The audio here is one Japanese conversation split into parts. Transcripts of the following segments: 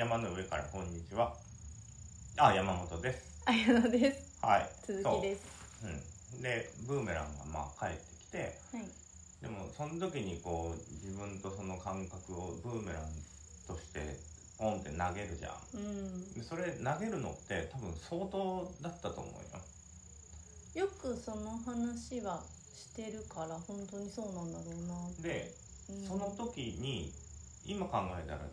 山の上からこんにちは。山本です。 綾乃です。 はい。 鈴木です。 で、ブーメランが帰ってきて、 はい。 でもその時に自分とその感覚をブーメランとしてポンって投げるじゃん。でそれ投げるのって多分相当だったと思うよ。 よくその話はしてるから本当にそうなんだろうなって。 で、その時に今考えたら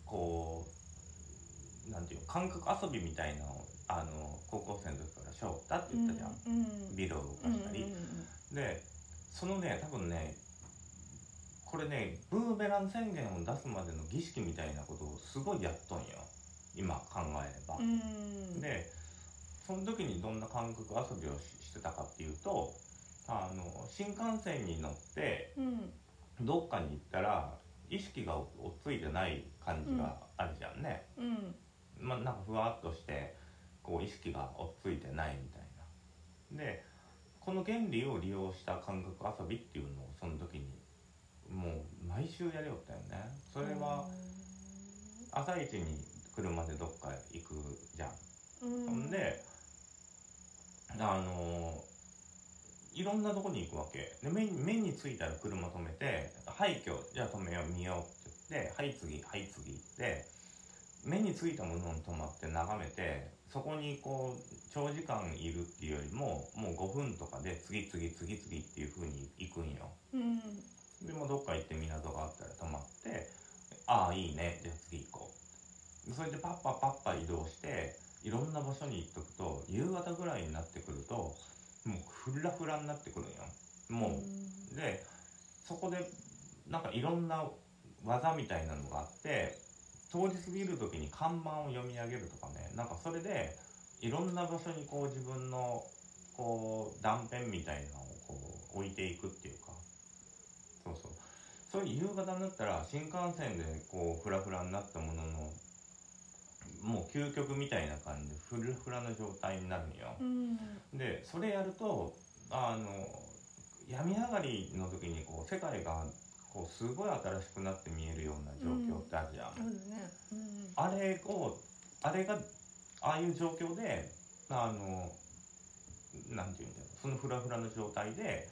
なんていう感覚遊びみたいなのを高校生の時からしょったって言ったじゃん。ビルを動かしたり、でそのね多分ねこれねブーメラン宣言を出すまでの儀式みたいなことをすごいやっとんよ今考えれば。でその時にどんな感覚遊びをしてたかっていうと新幹線に乗ってどっかに行ったら意識が落ち着いてない感じがあるじゃんね。なんかふわっとして意識が落ち着いてないみたいな。でこの原理を利用した感覚遊びっていうのをその時にもう毎週やりよったよね。それは朝一に車でどっか行くじゃん。ほんでいろんなとこに行くわけで、目についたら車止めて「はい今日じゃあ止めよう見よう」って言って「はい次はい次」行って目についたものに止まって眺めて、そこに長時間いるっていうよりももう5分とかで次々次々っていう風に行くんよ。でもどっか行って港があったら止まって「ああいいねじゃあ次行こう」それでパッパパッパ移動していろんな場所に行っとくと夕方ぐらいになってくるともうフラフラになってくるんよ。もうでそこでなんかいろんな技みたいなのがあって、通り過ぎる時に看板を読み上げるとかね、なんかそれでいろんな場所に自分の断片みたいなのを置いていくっていうか、そういう夕方になったら新幹線でフラフラになったもののもう究極みたいな感じでフラフラな状態になるんよ。でそれやると病み上がりの時に世界がすごい新しくなって見えるような状況ってあるじゃん。あれがああいう状況でなんていうんだろう、そのフラフラの状態で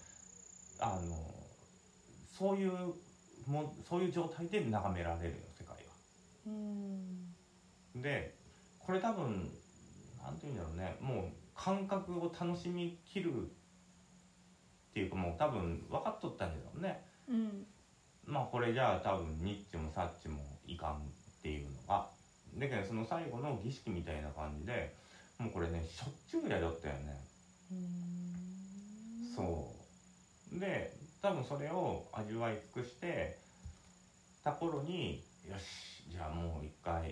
そういう状態で眺められるよ世界が。でこれ多分なんていうんだろうね、もう感覚を楽しみきるっていうかもう多分分かっとったんだろうね。これじゃあ多分ニッチもサッチもいかんっていうのがだけど、その最後の儀式みたいな感じでもうこれねしょっちゅうやりよったよね。そうで多分それを味わい尽くしてた頃によしじゃあもう一回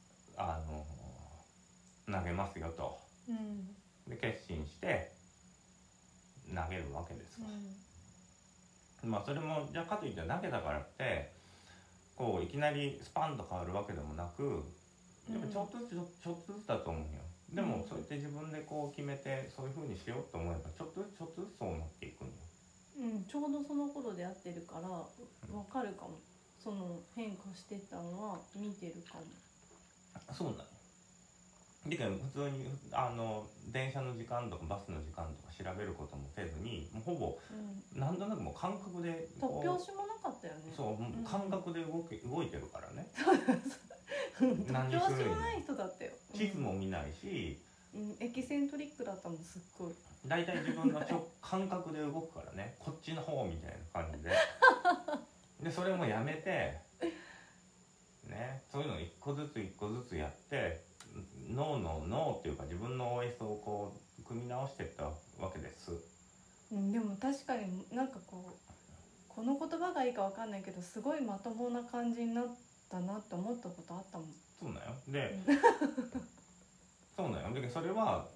投げますよと、で決心して投げるわけですわ。それもじゃあかといって投げたからっていきなりスパンと変わるわけでもなく、やっぱちょっとずつだと思うよ。でもそうやって自分で決めてそういう風にしようと思えばちょっとずつそうなっていくんよ。 ちょうどその頃で会ってるから分かるかも。その変化してたのは見てるかも。 そうなの。だから普通に電車の時間とかバスの時間とか調べることもせずにもうほぼ、なんとなくもう感覚で突拍子もなかったよね。 そう感覚で動いてるからね。 突拍子もない人だったよ。 地図も見ないし、 エキセントリックだったもんすっごい。 大体自分の感覚で動くからね、こっちの方みたいな感じででそれもやめてね、そういうのを一個ずつやって脳っていうか自分の OS を組み直していったわけです。 でも確かになんかこの言葉がいいかわかんないけどすごいまともな感じになったなって思ったことあったもん。 そうだよ。でそうだよ。でそれは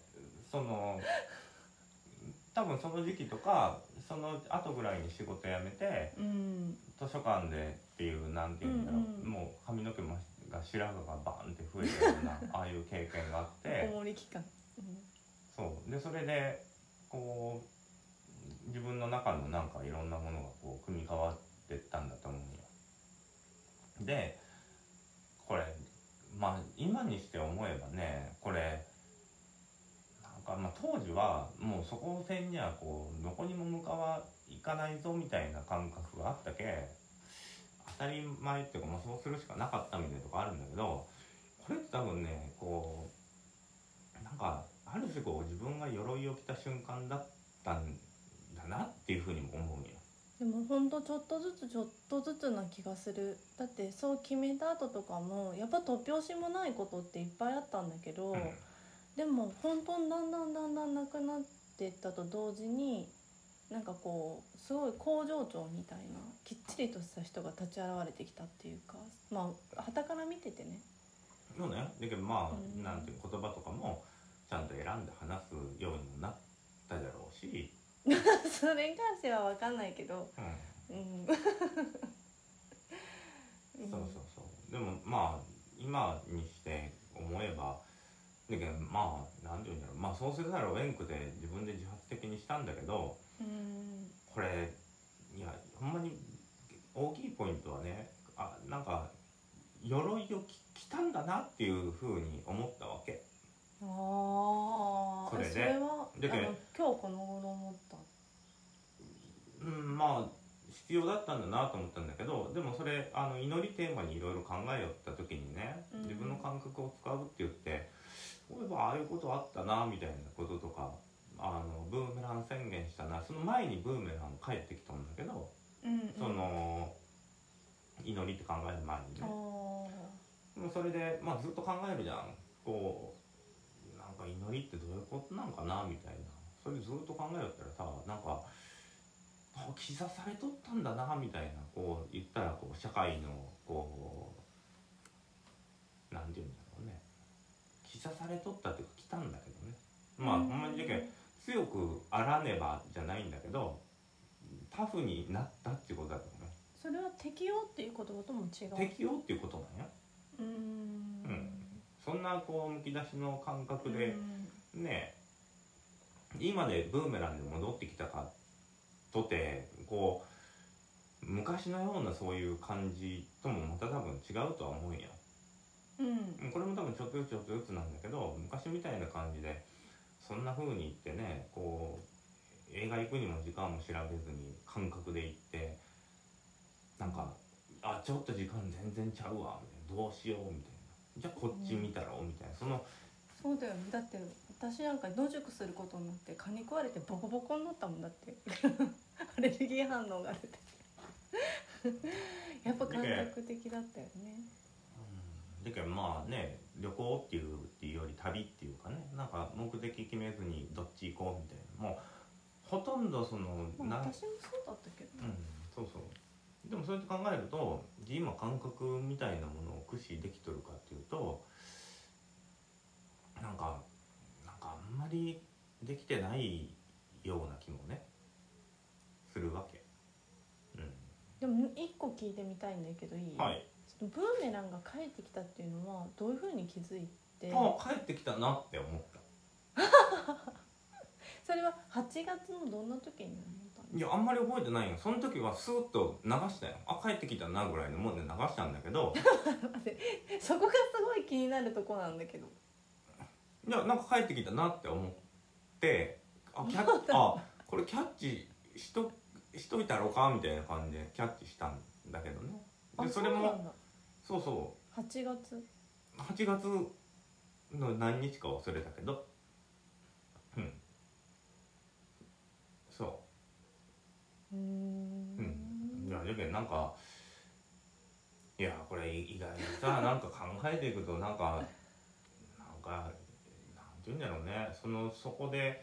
多分その時期とかその後ぐらいに仕事辞めて、図書館でっていうなんていうんだろう、もう髪の毛が白髪がバーンって増えたようなああいう経験があってこもり期間、 そうでそれで自分の中のなんかいろんなものが組み替わってったんだと思うよ。でこれまあ今にして思えばね、これなんかまあ当時はもうそこら辺にはこうどこにも向かわいかないぞみたいな感覚があったけ、当たり前っていうか、まあ、そうするしかなかったみたいなとこあるんだけど、これって多分ね、こうなんかある種こう自分が鎧を着た瞬間だったんだなっていうふうにも思うんよ。 でもほんとちょっとずつちょっとずつな気がする。だってそう決めた後とかもやっぱ突拍子もないことっていっぱいあったんだけど、でも本当にだんだんなくなっていったと同時に、なんかこうすごい工場長みたいなきっちりとした人が立ち現れてきたっていうか、まあ傍から見ててね。 そうね。だけどまあ、 うんなんていう言葉とかもちゃんと選んで話すようにもなっただろうし、 それに関しては分かんないけど、 うん、 うんそうそうそう。でもまあ今にして思えば、だけどまあなんていうんだろう、まあそうせざるを得んくて自分で自発的にしたんだけど、 うんこれいやほんまに大きいポイントはね、なんか鎧を着たんだなっていうふうに思ったわけ。 ああ、 それでそれはだけど今日この頃思った。 まあ必要だったんだなと思ったんだけど、でもそれ祈りテーマにいろいろ考えよった時にね、自分の感覚を使うって言って、そういえばああいうことあったなみたいなこととか、ブーメラン宣言したな、その前にブーメラン帰ってきたんだけど、その祈りって考える前にね、でもそれで、まあ、ずっと考えるじゃん、こうなんか祈りってどういうことなんかなみたいな、それずっと考えよったらさ、なんか刻されとったんだなみたいな、こう言ったらこう社会のこうなんていうんだろうね、刻されとったっていうか来たんだけどね、まあほんまにだけ強くあらねばじゃないんだけど、タフになったっていうことだと思う。 それは適応っていう言葉とも違う。 適応っていうことなんや。そんなこうむき出しの感覚でね、今でブーメランで戻ってきたかとて、こう昔のようなそういう感じともまた多分違うとは思うんや。これも多分ちょっとずつちょっとずつなんだけど、昔みたいな感じでそんな風に言ってね、こう映画行くにも時間も調べずに感覚で行って、なんかちょっと時間全然ちゃうわみたいな、どうしようみたいな、じゃあこっち見たらみたいな、 そうだよね。だって私なんか野宿することになって蚊に食われてボコボコになったもんだってアレルギー反応が出てやっぱ感覚的だったよね。 だけどまあね、旅行っていうより旅っていうかね、なんか目的決めずにどっち行こうみたいな、もうほとんどその、 私もそうだったけど、 そうそう。でもそうやって考えると、今感覚みたいなものを駆使できとるかっていうと、なんかあんまりできてないような気もねするわけ。 でも一個聞いてみたいんだけどいい？ はい。 ブーメランが帰ってきたっていうのはどういうふうに気づいて？ 帰ってきたなって思った。 それは8月のどんな時に思ったの？ いやあんまり覚えてないよ。その時はスーッと流したよ。帰ってきたなぐらいのもんで流したんだけどそこがすごい気になるとこなんだけど。 いやなんか帰ってきたなって思って、これキャッチしといたろうかみたいな感じでキャッチしたんだけどね。でそれもそう 8月の何日か忘れたけど、そういやだけどなんか、いやこれ意外にさなんか考えていくとなんていうんだろうね、そこで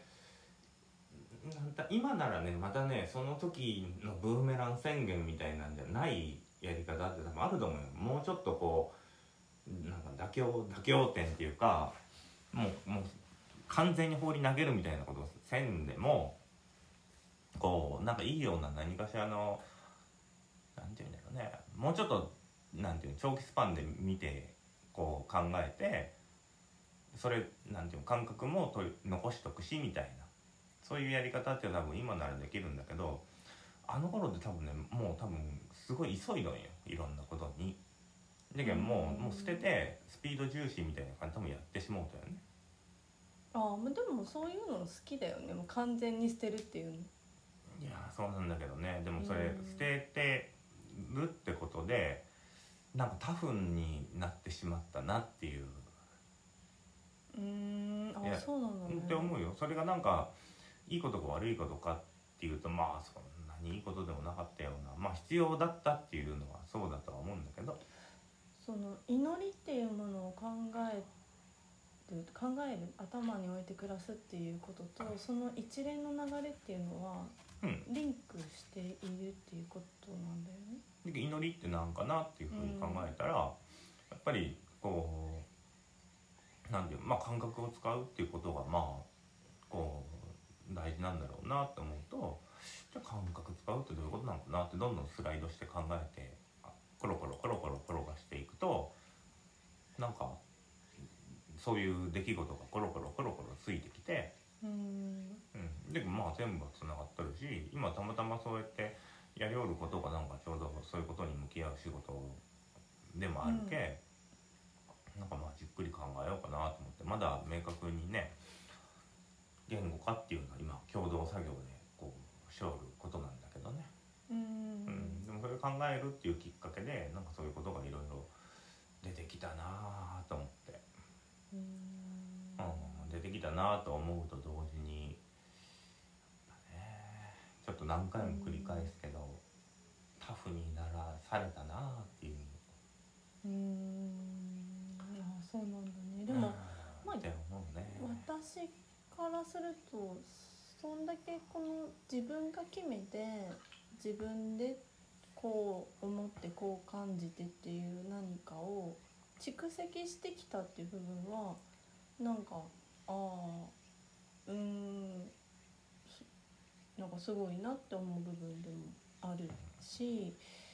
今ならねまたねその時のブーメラン宣言みたいなんじゃないやり方って多分あると思うよ。もうちょっとこうなんか妥協点っていうか、もう完全に放り投げるみたいなことをせんでも、こうなんかいいような何かしらのなんていうんだろうね、もうちょっとなんていうの長期スパンで見てこう考えて、それなんていうの感覚も残しとくしみたいな、そういうやり方って多分今ならできるんだけど、あの頃って多分ねもう多分すごい急いどんよ、いろんなことに。 だけどもう捨ててスピード重視みたいな感じでもやってしまうたよね。 ああ、でもそういうの好きだよね。もう完全に捨てるっていうの。 いやそうなんだけどね、でもそれうん捨ててるってことでなんかタフになってしまったなっていう、いやそうなんだね。 って思うよ。それがなんかいいことか悪いことかっていうと、まあそんなにいいことでもなかったような、まあ必要だったっていうのはそうだとは思うんだけど、 その祈りっていうものを考える頭に置いて暮らすっていうことと、その一連の流れっていうのはリンクしているっていうことなんだよね。 で祈りってなんかなっていうふうに考えたら、やっぱりこうなんていう、まあ感覚を使うっていうことがまあこう大事なんだろうなって思うと、じゃあ感覚使うってどういうことなのかなってどんどんスライドして考えてコロコロコロコロ転がしていくと、なんかそういう出来事がコロコロコロコロついてきて、でまあ全部がつながっとるし、今たまたまそうやってやりおることがなんかちょうどそういうことに向き合う仕事でもあるけ、なんかまあじっくり考えようかなと思って、まだ明確にね言語化っていうのは今共同作業でこうしょることなんだけどね、でもそれを考えるっていうきっかけでなんかそういうことがいろいろ出てきたなと思って、出てきたなと思うと同時に、ちょっと何回も繰り返すけど、タフにならされたなっていう。 そうなんだね。でも、まあ、 って思うね。 私からするとそんだけこの自分が決めて自分でこう思ってこう感じてっていう何かを蓄積してきたっていう部分はなんかなんかすごいなって思う部分でもあるし、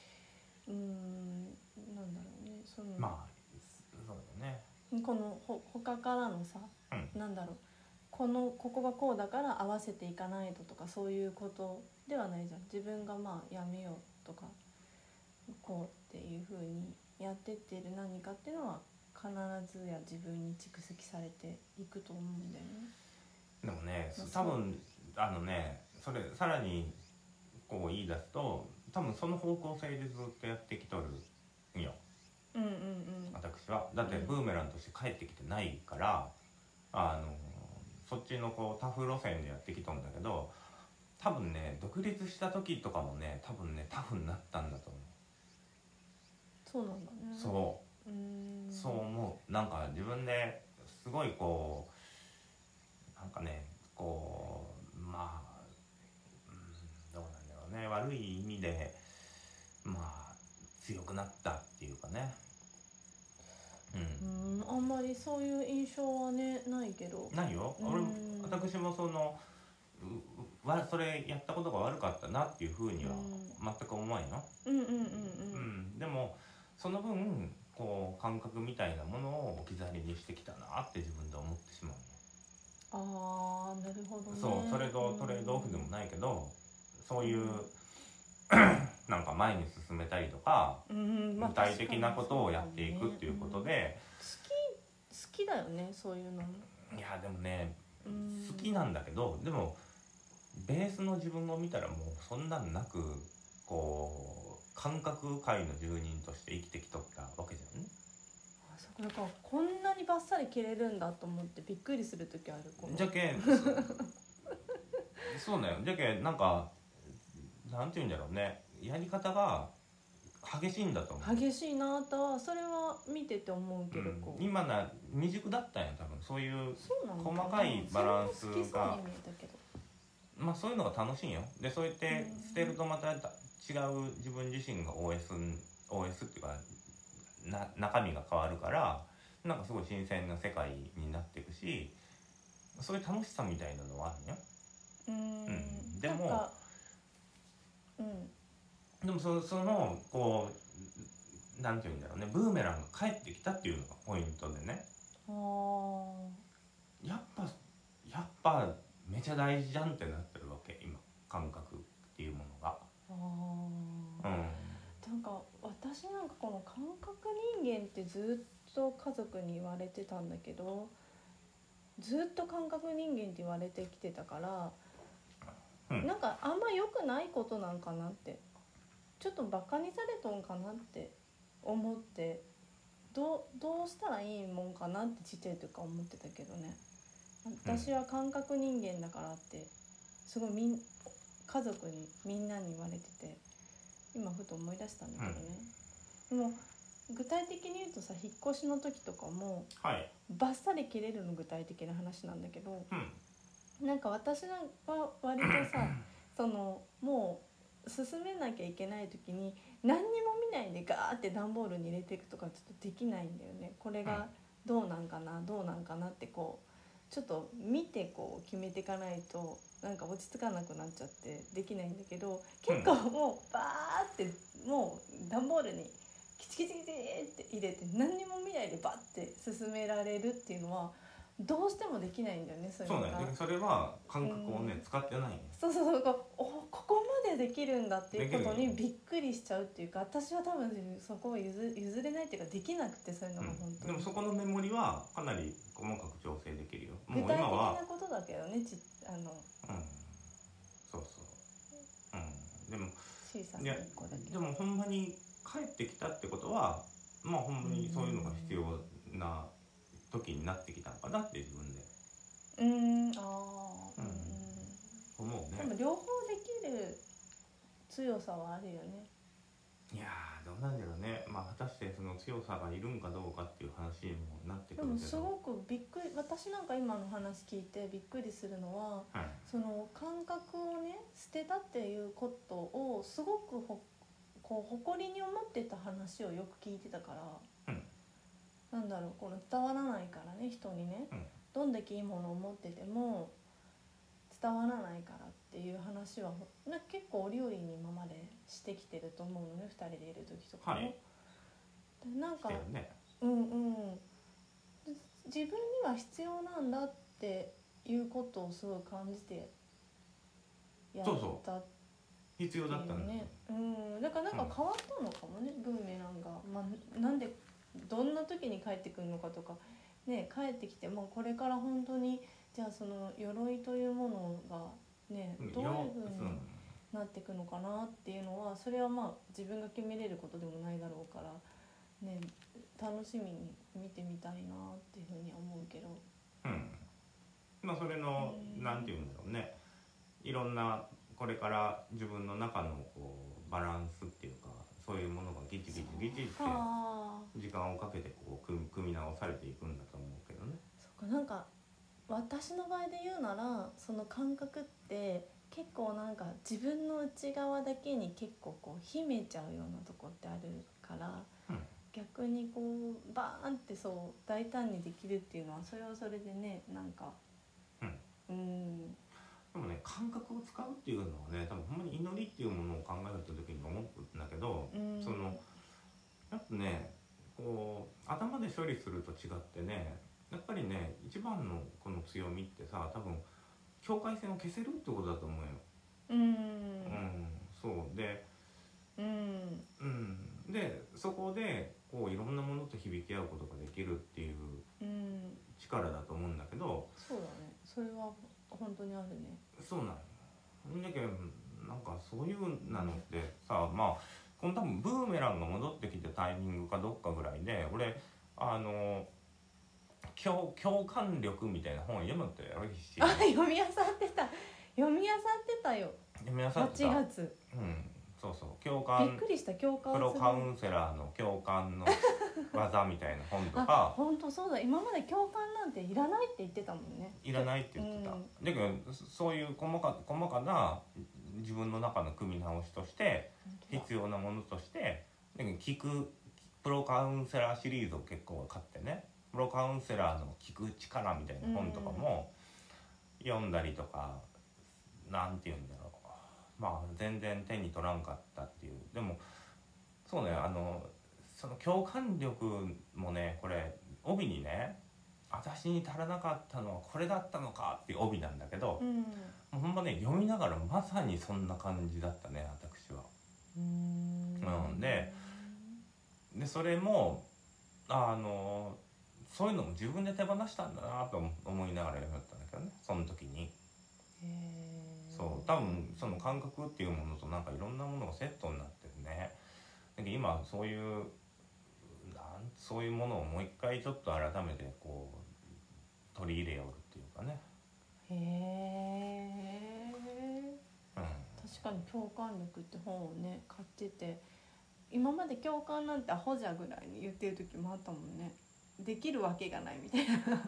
なんだろうね、そのまあそうだね。 この他からのさ、なんだろう、ここがこうだから合わせていかないととかそういうことではないじゃん。自分がまあやめようとかこうっていう風にやってってる何かっていうのは必ずや自分に蓄積されていくと思うんだよね。 でもね、多分それさらにこう言い出すと多分その方向性でずっとやってきとるんよ、私は。だってブーメランとして帰ってきてないから、そっちのこうタフ路線でやってきとんだけど、多分ね独立した時とかもね多分ねタフになったんだと思う。 そうなんだね。 そう思う。なんか自分ですごいこうなんかねこうまあ、どうなんだろうね、悪い意味でまあ強くなったっていうかね。 あんまりそういう印象はねないけど。 ないよ。私もそれやったことが悪かったなっていうふうには全く思わんよ。でもその分こう感覚みたいなものを置き去りにしてきたなって自分で思ってしまう。 なるほどね。 そう、それとトレードオフでもないけど、そういうなんか前に進めたりとか、具体的なことをやっていくっていうことで、 好きだよねそういうのも。 いやでもね、好きなんだけど、でもベースの自分を見たらもうそんなんなくこう感覚界の住人として生きてきとったわけじゃんね。 だからこんなにバッサリ切れるんだと思ってびっくりする時ある。 じゃけそうだよ。じゃけなんかなんていうんだろうね、やり方が激しいんだと思う。 激しいなとはそれは見てて思うけど、 今未熟だったんや多分。そういう細かいバランスが、まあそういうのが楽しいんよ。でそうやって捨てるとまた違う自分自身が OS っていうか中身が変わるから、なんかすごい新鮮な世界になっていくし、そういう楽しさみたいなのはあるんよ。でもそのこうなんていうんだろうね、ブーメランが帰ってきたっていうのがポイントでね。やっぱめちゃ大事じゃんってなってるわけ今、感覚っていうものが。 なんか私私なんかこの感覚人間ってずっと家族に言われてたんだけど、ずっと感覚人間って言われてきてたから、なんかあんま良くないことなんかなって、ちょっとバカにされとんかなって思って、どうしたらいいもんかなってちっちゃい時から思ってたけどね。私は感覚人間だからってすごい家族にみんなに言われてて、今ふと思い出したんだけどね、でも具体的に言うとさ、引っ越しの時とかも、バッサリ切れるの具体的な話なんだけど、なんか私は割とさそのもう進めなきゃいけない時に何にも見ないでガーって段ボールに入れていくとかちょっとできないんだよね。これがどうなんかなってこうちょっと見てこう決めていかないとなんか落ち着かなくなっちゃってできないんだけど、結構もうバーってもう段ボールにキチキチキチって入れて何にも見ないでバッて進められるっていうのはどうしてもできないんだよね。そうだね。それは感覚をね、使ってないね。 そうここまでできるんだっていうことにびっくりしちゃうっていうか、私は多分そこを譲れないっていうかできなくて、そういうのが本当に、 でもそこのメモリはかなり細かく調整できるよ。 もう今は具体的なことだけどね、 そうでも小さな1個だけでもほんまに帰ってきたってことはまあほんまにそういうのが必要な時になってきたのかなって自分で思うね。 でも両方できる強さはあるよね。 いやーどうなんだろうね。まあ果たしてその強さがいるんかどうかっていう話にもなってくるけど、 でもすごくびっくり、私なんか今の話聞いてびっくりするのは、その感覚をね捨てたっていうことをすごくこう誇りに思ってた話をよく聞いてたから、なんだろう、この伝わらないからね、人にね、どんだけいいものを持ってても伝わらないからっていう話は結構折々に今までしてきてると思うのね、2人でいる時とかも、なんか、自分には必要なんだっていうことをすごい感じてやったって必要だったんだね。だからなんか変わったのかもね、ブーメランが、なんでどんな時に帰ってくるのかとかね、帰ってきてもこれから本当にじゃあその鎧というものがねどういう風になっていくのかなっていうのは、それはまあ自分が決めれることでもないだろうからね、楽しみに見てみたいなっていうふうに思うけど、 まあそれのなんていうんだろうね、いろんなこれから自分の中のこうバランスっていうか、そういうものがギチって時間をかけてこう組み直されていくんだと思うけどね。 そうか、なんか私の場合で言うなら、その感覚って結構なんか自分の内側だけに結構こう秘めちゃうようなとこってあるから、逆にこうバーンってそう大胆にできるっていうのはそれはそれでね、なんかでもね、感覚を使うっていうのはね、多分ほんまに祈りっていうものを考えた時に思うんだけど、そのやっぱね、こう頭で処理すると違ってね、やっぱりね、一番のこの強みってさ、多分境界線を消せるってことだと思うよ。そうで、でそこでこういろんなものと響き合うことができるっていう力だと思うんだけど、 そうだね、それは本当にあるね。 そうなのだけど、なんかそういうなのってさ、まあこの多分ブーメランが戻ってきたタイミングかどっかぐらいで、俺共感力みたいな本読むってやろ、必死に。 読み漁ってたよ。 読み漁ってた。 8月。 そう共感。 びっくりした。共感プロカウンセラーの共感の技みたいな本とか。 本当そうだ。今まで共感なんていらないって言ってたもんね。 いらないって言ってた。だけどそういう細かな自分の中の組み直しとして必要なものとして、聞くプロカウンセラーシリーズを結構買ってね、プロカウンセラーの聞く力みたいな本とかも読んだりとか、なんていうんだろう、まあ全然手に取らんかったっていう。でもそうね、その共感力もね、これ帯にね、私に足らなかったのはこれだったのかっていう帯なんだけど、もうほんまね、読みながらまさにそんな感じだったね、私は。ででそれもそういうのも自分で手放したんだなと思いながらやったんだけどね、その時に。そう多分その感覚っていうものとなんかいろんなものがセットになってるね。だけど今そういうものをもう一回ちょっと改めてこう取り入れようっていうかね。 へえ、確かに共感力って本をね買ってて、今まで共感なんてアホじゃぐらいに言ってる時もあったもんね。できるわけがないみたいな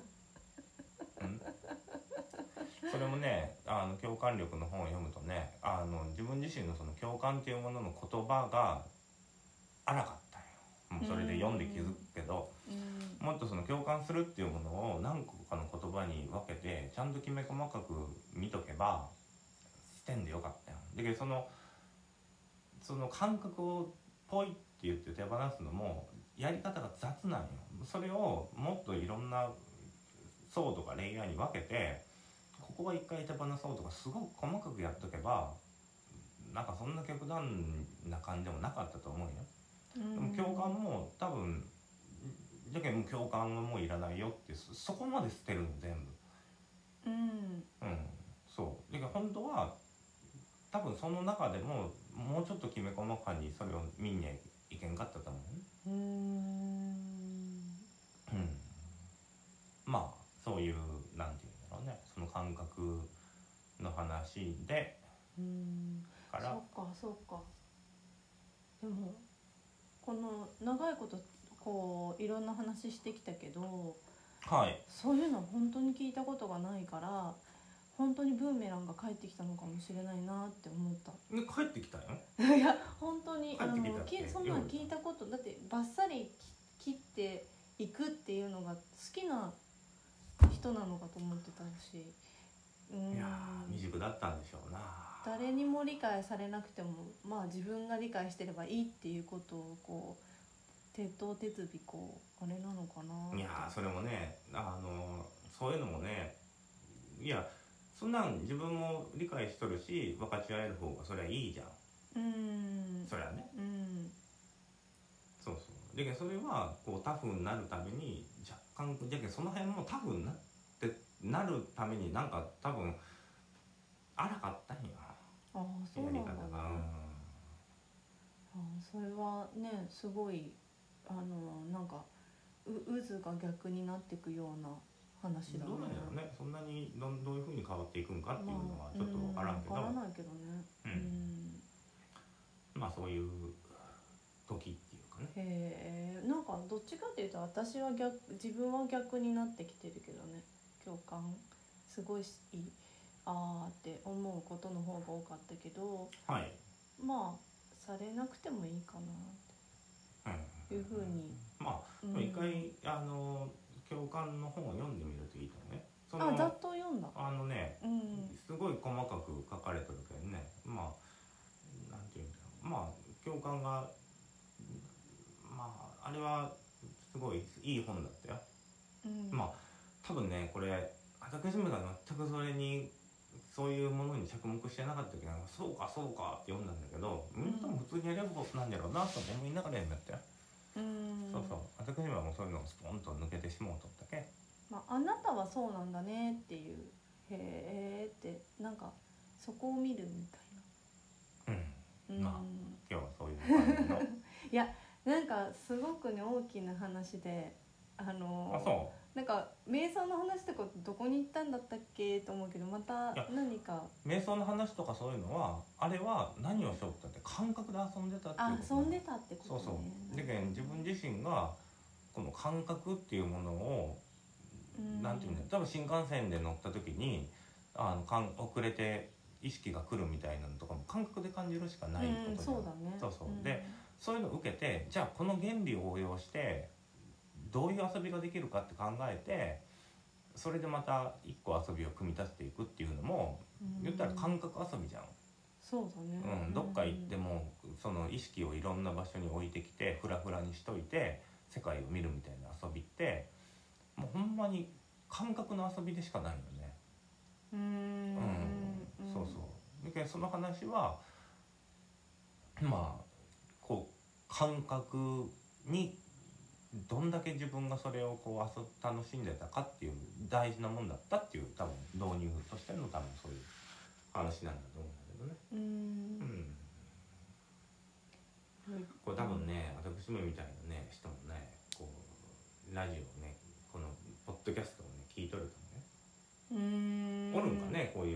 それもね共感力の本を読むとね自分自身のその共感っていうものの言葉が荒かったよ。もうそれで読んで気づくけど、もっとその共感するっていうものを何個かの言葉に分けてちゃんときめ細かく見とけば捨てんでよかったよ。だけどその感覚をポイって言って手放すのもやり方が雑なんよ。それをもっといろんな層とかレイヤーに分けて、ここは一回手放そうとかすごく細かくやっとけばなんかそんな極端な感じでもなかったと思うよ。でも共感も多分じゃけんもう共感はもういらないよってそこまで捨てるの全部。そうだけど本当は多分その中でももうちょっときめ細かにそれを見にいけんかったと思うね。まあそういうなんていうんだろうね、その感覚の話でからそうか。でもこの長いことこういろんな話してきたけど、 はい、 そういうの本当に聞いたことがないから、本当にブーメランが帰ってきたのかもしれないなって思った。 帰ってきたよいや本当に帰ってきたってそんなん聞いたことだって、バッサリ切っていくっていうのが好きな人なのかと思ってたし、 いや未熟だったんでしょうな。 誰にも理解されなくてもまあ自分が理解してればいいっていうことをこう鉄頭鉄尾こうあれなのかな。 いやそれもねそういうのもね、いやそんなん自分も理解しとるし分かち合える方がそりゃいいじゃん。そりゃね。そうそう。だけどそれはこうタフになるために若干だけどその辺もタフになるためになんか多分荒かったんや。 そうなんだね。 やそれはねすごいなんか渦が逆になっていくような話だね。 どうなんやろうね。そんなにどういう風に変わっていくんかっていうのはちょっと分からんけど、 分からないけどね。 まあそういう時っていうかね。 へえ、なんかどっちかっていうと私は自分は逆になってきてるけどね。共感すごいって思うことの方が多かったけど、 はい、 まあされなくてもいいかなっていうふうに。 まあ一回共感の本を読んでみるといいと思うね。 ざっと読んだ。 すごい細かく書かれてるけどね、まあなんていうんだろう、まあ共感がまああれはすごいいい本だったよ。まあ多分ねこれ私めが全くそういうものに着目してなかったけど、そうかって読んだんだけど、みんな多分普通にやれることなんだろうなと思いながら読んだったよ。そう私めはもうそういうのをスポンと抜けてしもうとったけ。 あなたはそうなんだねっていう、へえってなんかそこを見るみたいな。 まあ今日はそういう感じのいやなんかすごくね大きな話でそうなんか瞑想の話とかどこに行ったんだったっけと思うけど、また何か瞑想の話とかそういうのはあれは何をしようって感覚で遊んでたっていうこと。 遊んでたってことね。 そうで自分自身がこの感覚っていうものをなんていうんだろう、多分新幹線で乗った時に遅れて意識が来るみたいなのとかも感覚で感じるしかないことそうだね。 でそういうのを受けて、じゃあこの原理を応用してどういう遊びができるかって考えて、それでまた一個遊びを組み立てていくっていうのも、言ったら感覚遊びじゃん。 そうだね。 どっか行ってもその意識をいろんな場所に置いてきてフラフラにしといて世界を見るみたいな遊びってもうほんまに感覚の遊びでしかないよね。そうそう。だけどその話はまあこう感覚にどんだけ自分がそれをこう楽しんでたかっていう大事なもんだったっていう多分導入としての多分そういう話なんだと思うんだけどね。これ多分ね、私めみたいなね人もねこうラジオをねこのポッドキャストをね聞いとるとねおるんかね、こう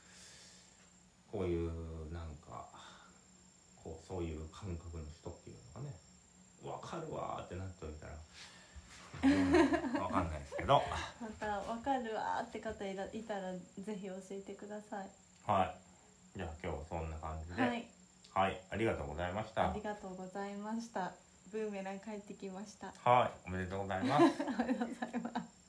いうなんかこうそういう感覚の人っていうのがね分かるわーってなっといたら分かんないですけどまた分かるわーって方いたらぜひ教えてください。 はい、じゃあ今日はそんな感じではい、ありがとうございました。 ありがとうございました。ブーメラン帰ってきました。 はい、おめでとうございます。 ありがとうございます。